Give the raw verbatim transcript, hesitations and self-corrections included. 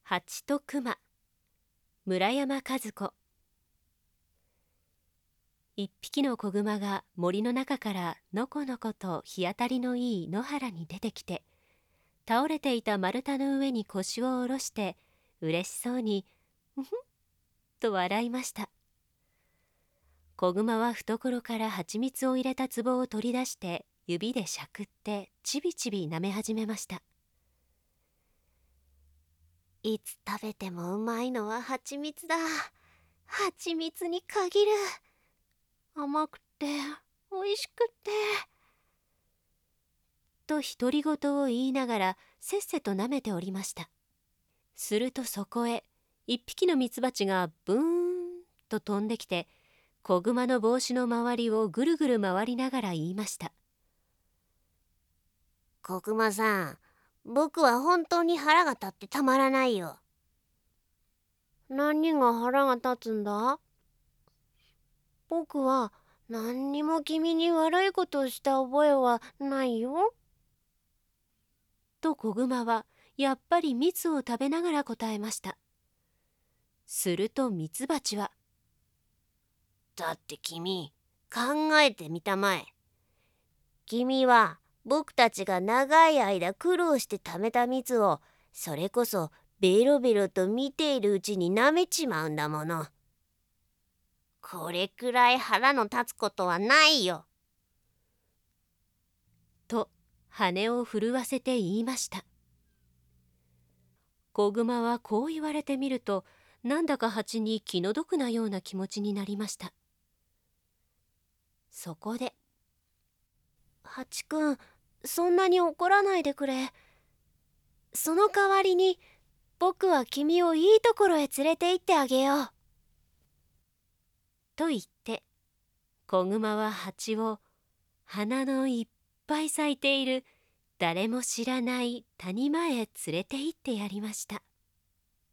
蜂と熊、村山和子。一匹の子熊が森の中からのこのこと日当たりのいい野原に出てきて、倒れていた丸太の上に腰を下ろして嬉しそうに「ふふっ」と笑いました。子熊は懐から蜂蜜を入れた壺を取り出して指でしゃくってちびちび舐め始めました。いつ食べてもうまいのは蜂蜜だ。蜂蜜に限る。甘くておいしくて。と独り言を言いながらせっせと舐めておりました。するとそこへ一匹のミツバチがブーンと飛んできて、子熊の帽子の周りをぐるぐる回りながら言いました。 子熊さん、僕は本当に腹が立ってたまらないよ。 何が腹が立つんだ？僕は何にも君に悪いことをした覚えはないよ。 と子熊はやっぱり蜜を食べながら答えました。するとミツバチは、 だって君、考えてみたまえ。君は僕たちが長い間苦労して貯めた蜜を、それこそベロベロと見ているうちに舐めちまうんだもの。これくらい腹の立つことはないよ。 と羽を震わせて言いました。子熊はこう言われてみると、なんだか蜂に気の毒なような気持ちになりました。そこで、 蜂くん、そんなに怒らないでくれ。その代わりに僕は君をいいところへ連れて行ってあげよう。 と言って子熊は蜂を花のいっぱい咲いている誰も知らない谷間へ連れて行ってやりました。